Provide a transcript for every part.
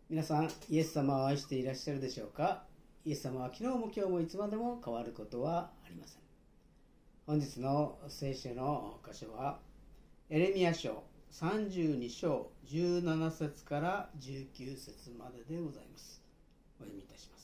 皆さん、イエス様を愛していらっしゃるでしょうか。イエス様は昨日も今日もいつまでも変わることはありません。本日の聖書の箇所はエレミヤ書32章17節から19節まででございます。お読みいたします。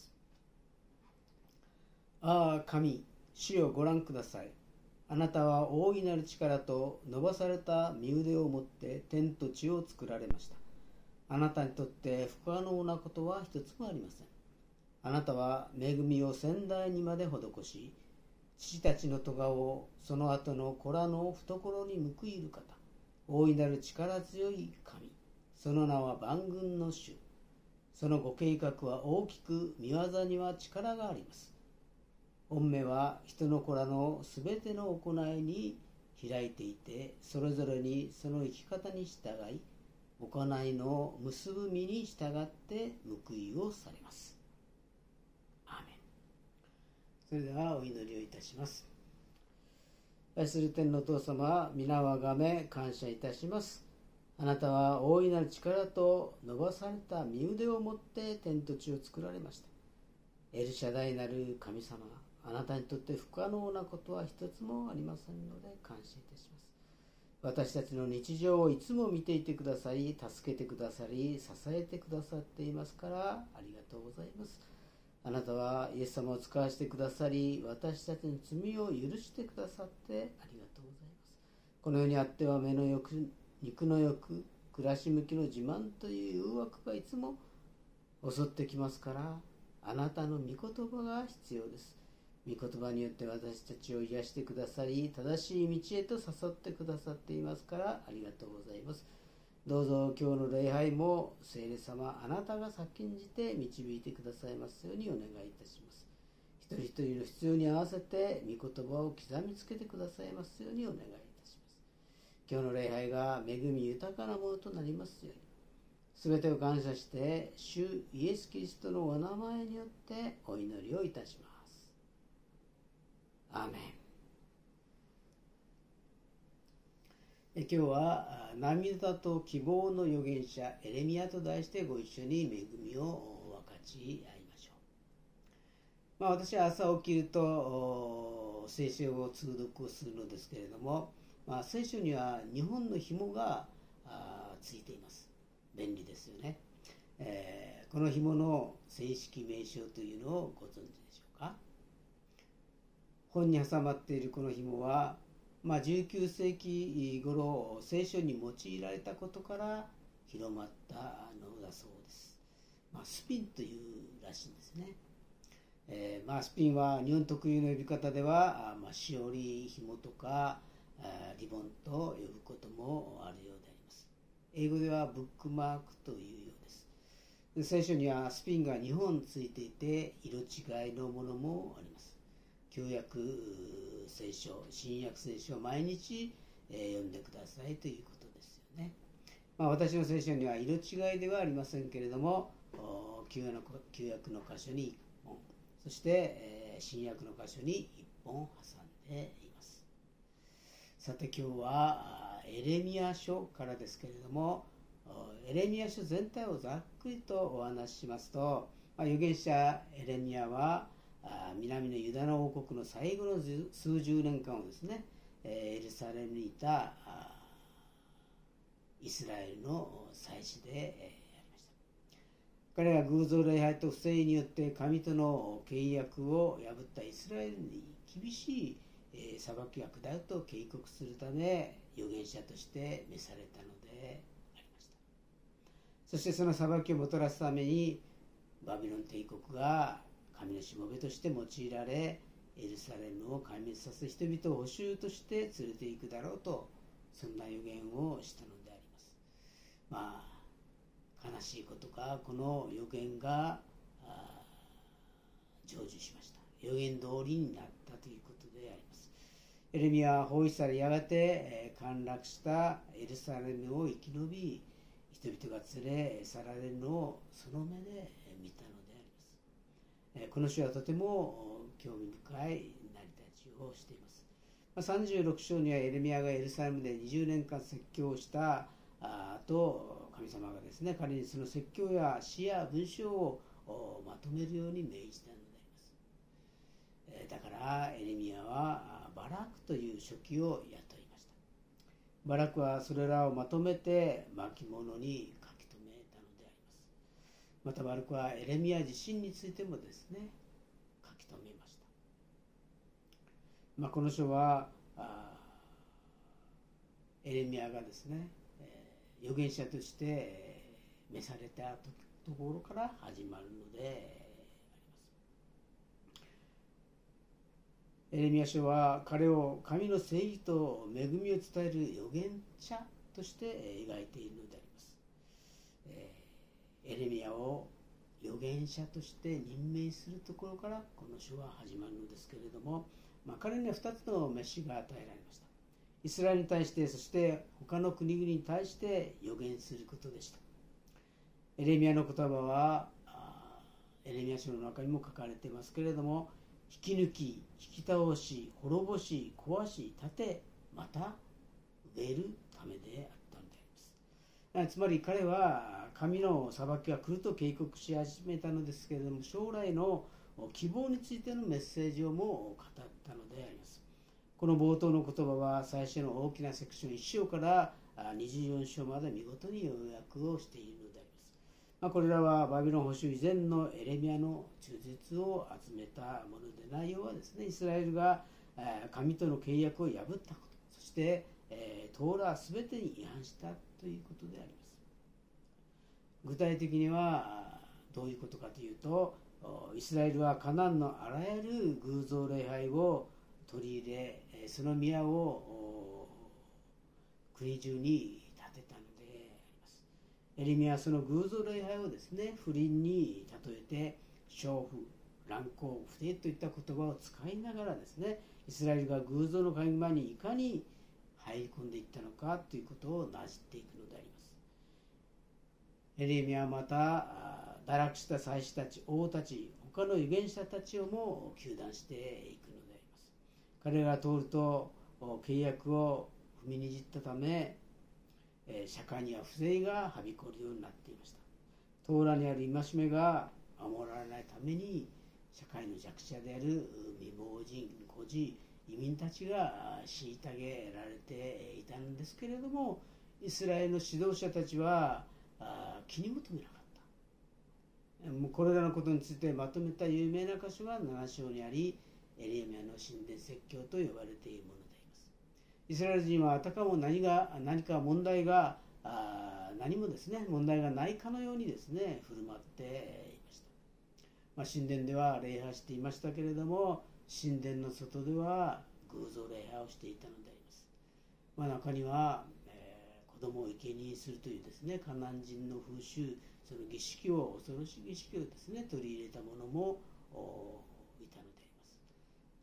ああ神、主よご覧ください。あなたは大いなる力と伸ばされた身腕を持って天と地を作られました。あなたにとって不可能なことは一つもありません。あなたは恵みを先代にまで施し、父たちの咎をその後の子らの懐に報いる方、大いなる力強い神、その名は万軍の主。そのご計画は大きく、御業には力があります。御目は人の子らのすべての行いに開いていて、それぞれにその生き方に従い、行いの結ぶ身に従って報いをされます。アーメン。それではお祈りをいたします。愛する天のお父様、皆をあがめ感謝いたします。あなたは大いなる力と伸ばされた身腕を持って天と地を作られました。エルシャダイなる神様、あなたにとって不可能なことは一つもありませんので感謝いたします。私たちの日常をいつも見ていてくださり、助けてくださり、支えてくださっていますからありがとうございます。あなたはイエス様を使わせてくださり、私たちの罪を許してくださってありがとうございます。この世にあっては目の欲、肉の欲、暮らし向きの自慢という誘惑がいつも襲ってきますから、あなたの御言葉が必要です。御言葉によって私たちを癒してくださり、正しい道へと誘ってくださっていますからありがとうございます。どうぞ今日の礼拝も聖霊様、あなたが先んじて導いてくださいますようにお願いいたします。一人一人の必要に合わせて御言葉を刻みつけてくださいますようにお願いいたします。今日の礼拝が恵み豊かなものとなりますように、すべてを感謝して主イエス・キリストのお名前によってお祈りをいたします。アーメン。今日は涙と希望の預言者エレミヤと題してご一緒に恵みを分かち合いましょう。私は朝起きると聖書を通読をするのですけれども、聖書には日本の紐がついています。便利ですよね。この紐の正式名称というのをご存知でしょうか。本に挟まっているこの紐は、19世紀頃聖書に用いられたことから広まったのだそうです。スピンというらしいんですね。スピンは日本特有の呼び方では、しおり紐とかリボンと呼ぶこともあるようであります。英語ではブックマークというようです。聖書にはスピンが2本ついていて、色違いのものもあります。旧約聖書、新約聖書を毎日読んでくださいということですよね。私の聖書には色違いではありませんけれども、旧約の箇所に1本、そして新約の箇所に1本挟んでいます。さて今日はエレミヤ書からですけれども、エレミヤ書全体をざっくりとお話ししますと、預言者エレミヤは南のユダの王国の最後の数十年間をですね、エルサレムにいたイスラエルの祭司でありました。彼が偶像礼拝と不正によって神との契約を破ったイスラエルに厳しい裁きが下ると警告するため預言者として召されたのでありました。そしてその裁きをもたらすためにバビロン帝国が神のしもべとして用いられ、エルサレムを壊滅させ人々を捕囚として連れて行くだろうと、そんな予言をしたのであります。悲しいことがこの予言が成就しました。予言通りになったということであります。エレミヤは包囲され、やがて陥落したエルサレムを生き延び、人々が連れ去られるのをその目で見たのであります。この書はとても興味深い成り立ちをしています。36章にはエレミヤがエルサレムで20年間説教をしたと神様がですね、彼にその説教や詩や文章をまとめるように命じたのであります。だからエレミヤはバラクという書記を雇いました。バラクはそれらをまとめて巻物に書き留めたのであります。またバラクはエレミヤ自身についてもですね、書き留めました。この書はエレミヤがですね、預言者として召されたところから始まるのであります。エレミヤ書は彼を神の正義と恵みを伝える預言者として描いているのであります。エレミヤを預言者として任命するところからこの書は始まるのですけれども、彼には2つの召しが与えられました。イスラエルに対して、そして他の国々に対して預言することでした。エレミヤの言葉はエレミヤ書の中にも書かれていますけれども、引き抜き、引き倒し、滅ぼし、壊し、立て、また植えるためであったのであります。つまり彼は神の裁きが来ると警告し始めたのですけれども、将来の希望についてのメッセージをも語ったのであります。この冒頭の言葉は最初の大きなセクション1章から24章まで見事に要約をしているのであります。これらはバビロン捕囚以前のエレミヤの忠実を集めたもので、内容はですね、イスラエルが神との契約を破ったこと、そしてトーラすべてに違反したということであります。具体的にはどういうことかというと、イスラエルはカナンのあらゆる偶像礼拝を取り入れ、その宮を国中に建てたのであります。エレミヤはその偶像礼拝をですね、不倫に例えて娼婦、乱行、不貞といった言葉を使いながらですね、イスラエルが偶像の神間にいかに入り込んでいったのかということをなじっていくのであります。エレミヤはまた堕落した祭司たち、王たち、他の預言者たちをも糾弾していくのであります。彼らが通ると契約を踏みにじったため、社会には不正がはびこるようになっていました。トーラにある戒めが守られないために、社会の弱者である未亡人、孤児、移民たちが虐げられていたんですけれども、イスラエルの指導者たちは気にも留めなかった。もうこれらのことについてまとめた有名な箇所は7章にあり、エレミヤの神殿説教と呼ばれているものであります。イスラエル人はあたかも何か問題が何もですね、問題がないかのようにですね、振る舞っていました。神殿では礼拝していましたけれども、神殿の外では偶像礼拝をしていたのであります。中には、子供を生贄にするというですね、カナン人の風習、その儀式を、恐ろしい儀式をですね、取り入れた者もいたのであります。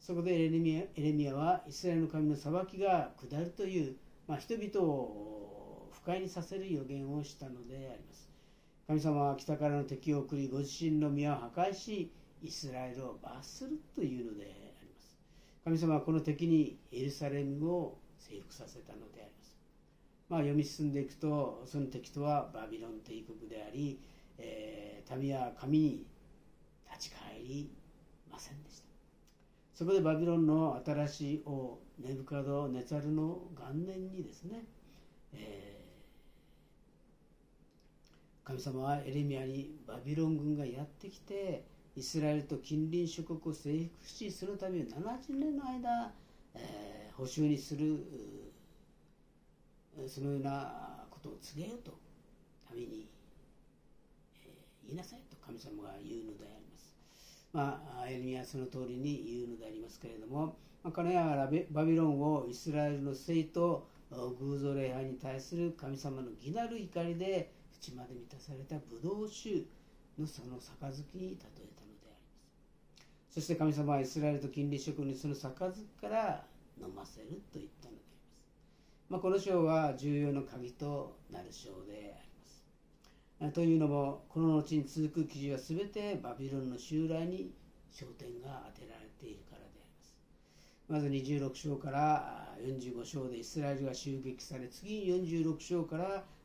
そこでエレミヤはイスラエルの神の裁きが下るという、人々を不快にさせる予言をしたのであります。神様は北からの敵を送り、ご自身の宮を破壊し、イスラエルを罰するというのであります。神様はこの敵にエルサレムを征服させたのであります。読み進んでいくと、その敵とはバビロン帝国であり、民は神に立ち返りませんでした。そこでバビロンの新しい王ネブカドネツァルの元年にですね、神様はエレミヤにバビロン軍がやってきてイスラエルと近隣諸国を征服し、そのために70年の間、捕囚にする、そのようなことを告げようと民に、言いなさいと神様が言うのであります。エレミヤはその通りに言うのでありますけれども、彼はバビロンをイスラエルの聖と偶像礼拝に対する神様の義なる怒りで淵まで満たされたブドウ酒のその杯に例えたのであります。そして神様はイスラエルと近隣諸国にその杯から飲ませると言ったのであります。この章は重要な鍵となる章であります。というのも、この後に続く記事はすべてバビロンの襲来に焦点が当てられているからであります。まず26章から45章でイスラエルが襲撃され、次に46章から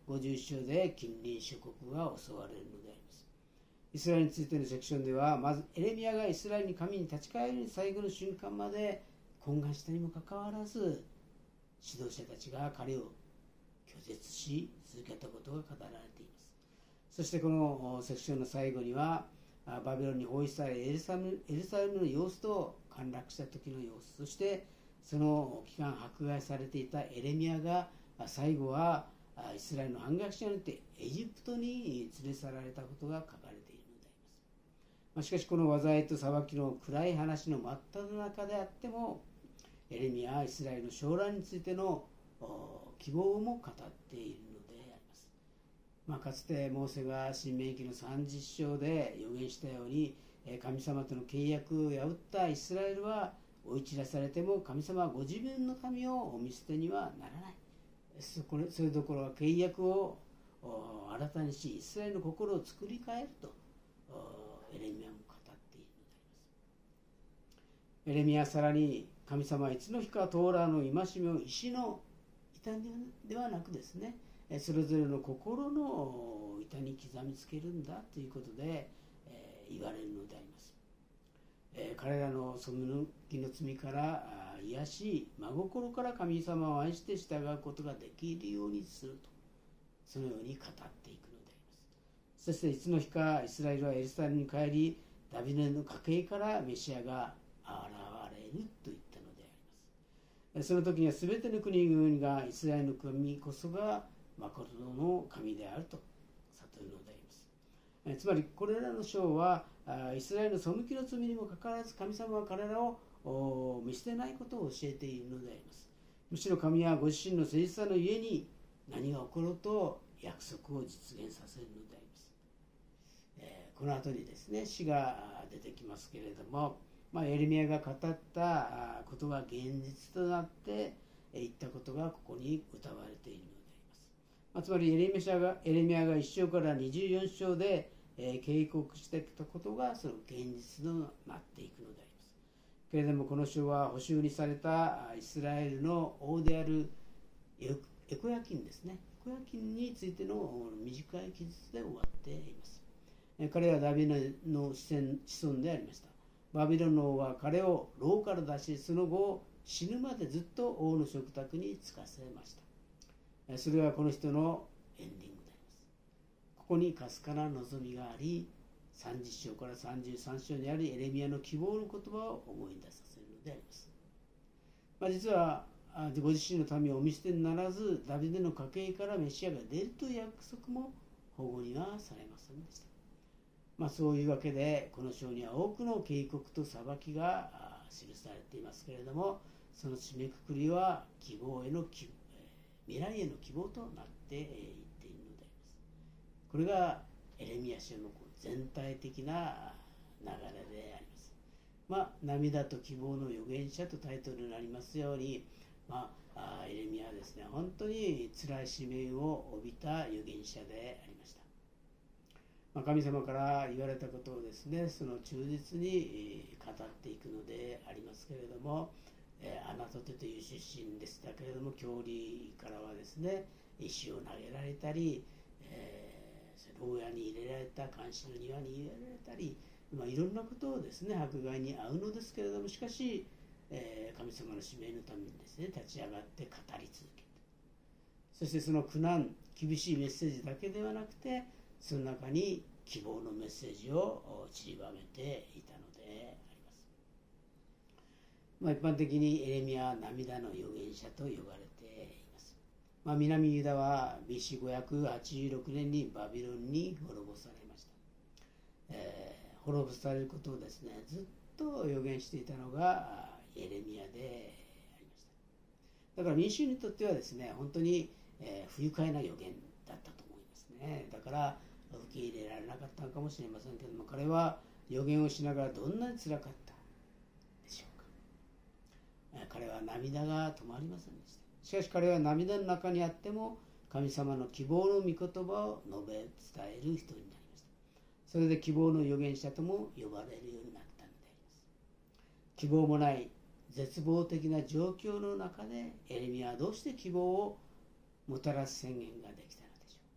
51章で近隣諸国が襲われるのであります。イスラエルについてのセクションでは、まずエレミヤがイスラエルに神に立ち返る最後の瞬間まで懇願したにもかかわらず、指導者たちが彼を拒絶し続けたことが語られています。そしてこのセクションの最後には、バビロンに包囲されエルサレムの様子と陥落した時の様子、そしてその期間迫害されていたエレミヤが最後はイスラエルの反逆者によってエジプトに連れ去られたことが書かれているのであります。しかしこの災いと裁きの暗い話の真っ只中であっても、エレミヤはイスラエルの将来についての希望も語っているのであります。かつてモーセが申命記の30章で予言したように、神様との契約を破ったイスラエルは追い散らされても神様はご自分の民をお見捨てにはならない。それどころか契約を新たにしイスラエルの心を作り変えるとエレミヤも語っているのであります。エレミヤはさらに、神様はいつの日かトーラの戒めを石の板ではなくですね、それぞれの心の板に刻みつけるんだということで、言われるのであります。彼らの背きの罪から癒し、真心から神様を愛して従うことができるようにすると、そのように語っていくのであります。そしていつの日かイスラエルはエルサレムに帰り、ダビデの家系からメシアが現れると言ったのであります。その時には全ての国々がイスラエルの神こそが誠の神であると悟るのであります。つまりこれらの章はイスラエルの背きの罪にもかかわらず神様は彼らを見捨てないことを教えているのであります。むしろ神はご自身の誠実さのゆえに何が起ころうと約束を実現させるのであります。この後にですね、詩が出てきますけれども、エレミヤが語ったことが現実となって言ったことがここに歌われているのであります。つまりエレミヤが1章から24章で警告してきたことがその現実となっていくのであります。けれどもこの章は捕囚にされたイスラエルの王であるエコヤキンですね。エコヤキンについての短い記述で終わっています。彼はダビデの子孫でありました。バビロンの王は彼を牢から出し、その後死ぬまでずっと王の食卓に就かせました。それはこの人のエンディングであります。ここにかすかな望みがあり、30章から33章にあるエレミヤの希望の言葉を思い出させるのであります。実はご自身の民をお見捨てにならず、ダビデの家系からメシアが出るという約束も保護にはされませんでした。そういうわけでこの章には多くの警告と裁きが記されていますけれども、その締めくくりは未来への希望となっていっているのであります。これがエレミヤ書の全体的な流れであります。涙と希望の預言者とタイトルになりますように、エレミヤはですね、本当に辛い使命を帯びた預言者でありました。神様から言われたことをですね、その忠実に語っていくのでありますけれども、アナトテという出身でしたけれども、郷里からはですね、石を投げられたり、牢屋に入れられた、監視の庭に入れられたり、いろんなことをですね、迫害に遭うのですけれども、しかし、神様の使命のためにですね、立ち上がって語り続ける。そしてその苦難、厳しいメッセージだけではなくて、その中に希望のメッセージを散りばめていたのであります。一般的にエレミヤは涙の預言者と呼ばれています。南ユダは BC586 年にバビロンに滅ぼされました。滅ぼされることをですね、ずっと預言していたのがエレミヤでありました。だから民衆にとってはですね、本当に不愉快な預言だったと思いますね。だから受け入れられなかったのかもしれませんけれども、彼は預言をしながらどんなにつらかったでしょうか。彼は涙が止まりませんでした。しかし彼は涙の中にあっても神様の希望の御言葉を述べ伝える人になりました。それで希望の預言者とも呼ばれるようになったのであります。希望もない絶望的な状況の中でエレミヤはどうして希望をもたらす宣言ができたのでしょう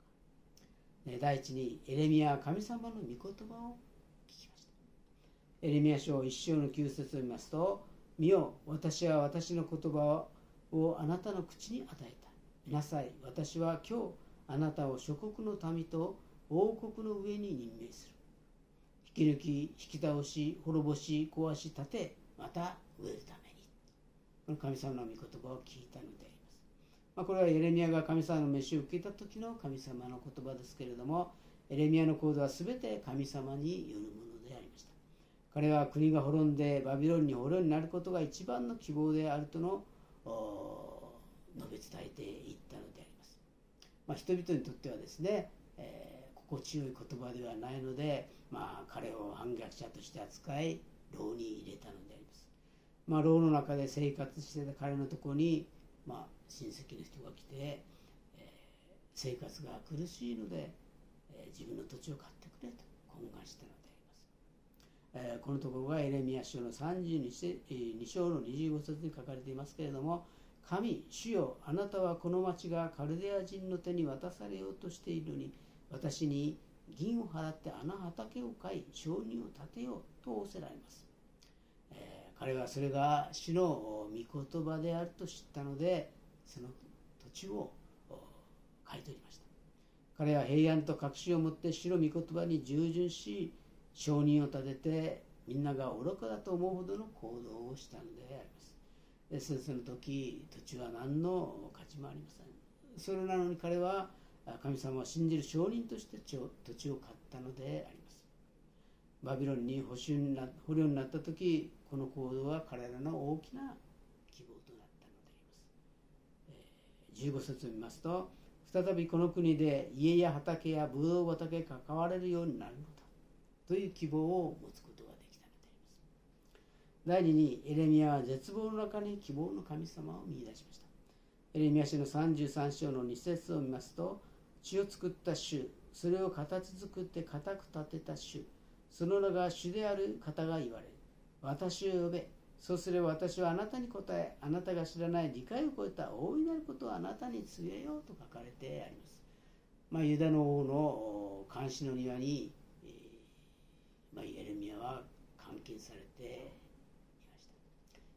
第一にエレミヤは神様の御言葉を聞きました。エレミヤ書1章の9節を見ますと、見よ、私は私の言葉をあなたの口に与えた。見なさい、私は今日あなたを諸国の民と王国の上に任命する。引き抜き、引き倒し、滅ぼし、壊し、立て、また植えるために。この神様の御言葉を聞いたのであります。これはエレミヤが神様の召しを受けた時の神様の言葉ですけれども、エレミヤの行動はすべて神様によるものでありました。彼は国が滅んでバビロンに捕虜になることが一番の希望であるとの述べ伝えていったのであります。人々にとってはですね、心地よい言葉ではないので、彼を反逆者として扱い牢に入れたのであります。牢の中で生活していた彼のところに、親戚の人が来て、生活が苦しいので、自分の土地を買ってくれと懇願したのであります。このところがエレミヤ書の32章の25節に書かれていますけれども、神、主よ、あなたはこの町がカルデア人の手に渡されようとしているのに、私に銀を払って穴畑を買い、商人を建てようと仰せられます。彼はそれが主の御言葉であると知ったので、その土地を買い取りました。彼は平安と確信を持って主の御言葉に従順し、商人を立ててみんなが愚かだと思うほどの行動をしたのであります。その時、土地は何の価値もありません。それなのに彼は神様を信じる商人として土地を買ったのであります。バビロンに捕虜になった時、この行動は彼らの大きな希望となったのであります。15節を見ますと、再びこの国で家や畑やブドウ畑へ関われるようになるのだという希望を持つことができたのであります。第二に、エレミヤは絶望の中に希望の神様を見出しました。エレミヤ書の33章の2節を見ますと、地を作った主、それを形作って固く立てた主、その名が主である方が言われる。私を呼べ。そうすれば私はあなたに答え、あなたが知らない理解を超えた大いなることをあなたに告げようと書かれてあります。ユダの王の監視の庭に、エレミヤは監禁されていました。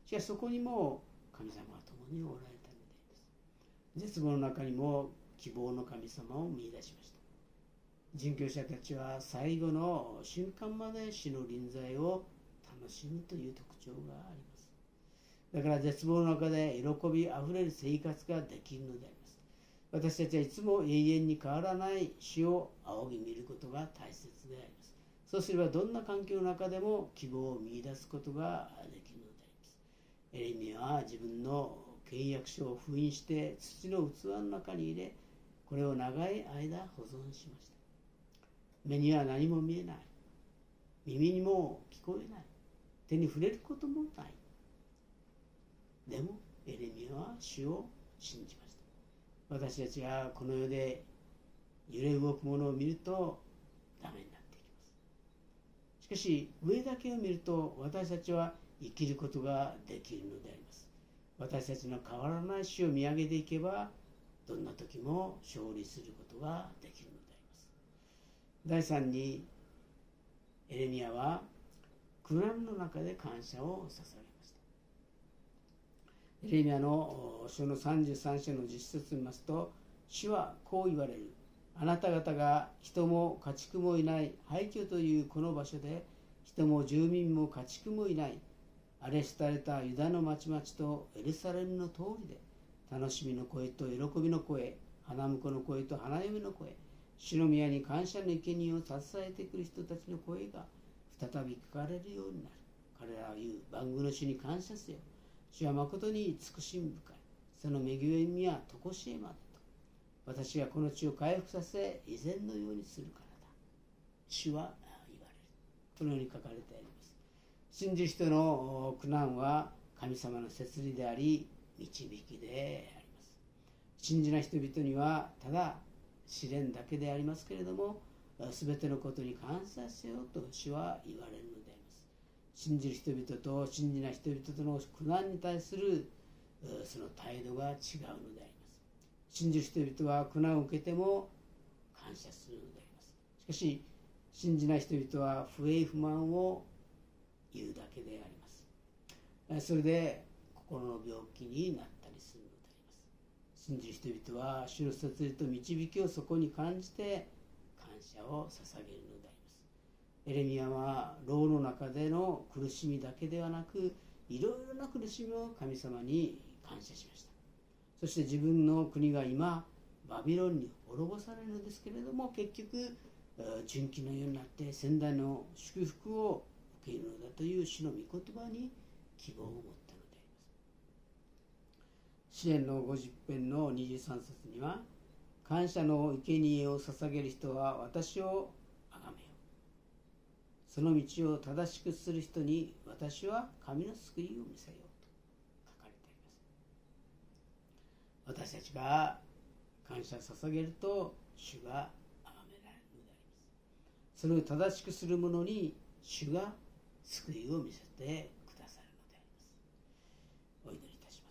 しかしそこにも神様は共におられたのであります。絶望の中にも希望の神様を見出しました。殉教者たちは最後の瞬間まで主の臨在を楽しむという特徴があります。だから絶望の中で喜びあふれる生活ができるのであります。私たちはいつも永遠に変わらない主を仰ぎ見ることが大切であります。そうすればどんな環境の中でも希望を見出すことができるのであります。エレミヤは自分の契約書を封印して土の器の中に入れ、これを長い間保存しました。目には何も見えない、耳にも聞こえない、手に触れることもない。でもエレミヤは主を信じました。私たちがこの世で揺れ動くものを見るとダメになっていきます。しかし上だけを見ると私たちは生きることができるのであります。私たちの変わらない主を見上げていけば、どんな時も勝利することができるのであります。第3に、エレミヤは苦難の中で感謝を捧げました。エレミヤの書の33章の10節を見ますと、主はこう言われる。あなた方が人も家畜もいない廃墟というこの場所で、人も住民も家畜もいない荒れ廃れたユダの町々とエルサレムの通りで、楽しみの声と喜びの声、花婿の声と花嫁の声、主の宮に感謝の生贄を携えてくる人たちの声が再び聞かれるようになる。彼らは言う。万軍の主に感謝せよ。主は誠に慈しみ深い。その恵みは常しえまでと。私がこの地を回復させ、以前のようにするからだ。主は言われる。このように書かれてあります。信じる人の苦難は神様の摂理であり、導きであります。信じない人々にはただ試練だけでありますけれども、すべてのことに感謝せよと主は言われるのであります。信じる人々と信じない人々との苦難に対するその態度が違うのであります。信じる人々は苦難を受けても感謝するのであります。しかし信じない人々は不平不満を言うだけであります。それで心の病気になったりするのであります。信じる人々は主の悟りと導きをそこに感じて感謝を捧げるのであります。エレミヤは牢の中での苦しみだけではなく、いろいろな苦しみを神様に感謝しました。そして自分の国が今バビロンに滅ぼされるのですけれども、結局純金のようになって先代の祝福を受けるのだという主の御言葉に希望を持ったのであります。詩篇の50編の23節には、感謝の生贄を捧げる人は私をあがめよ、その道を正しくする人に私は神の救いを見せようと書かれています。私たちが感謝を捧げると主が崇められるのであります。それを正しくする者に主が救いを見せてくださるのであります。お祈りいたします。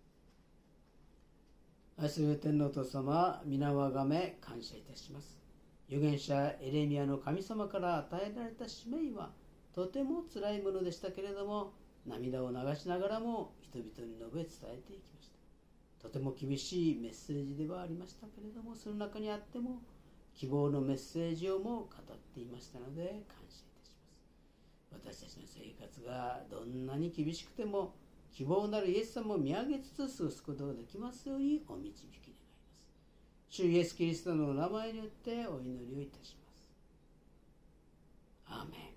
愛する天皇と様、皆をあがめ感謝いたします。預言者エレミヤの神様から与えられた使命はとてもつらいものでしたけれども、涙を流しながらも人々に述べ伝えていきました。とても厳しいメッセージではありましたけれども、その中にあっても希望のメッセージをも語っていましたので感謝いたします。私たちの生活がどんなに厳しくても希望なるイエス様を見上げつつ過ごすことができますようにお導き願います。主イエスキリストのお名前によってお祈りをいたします。アーメン。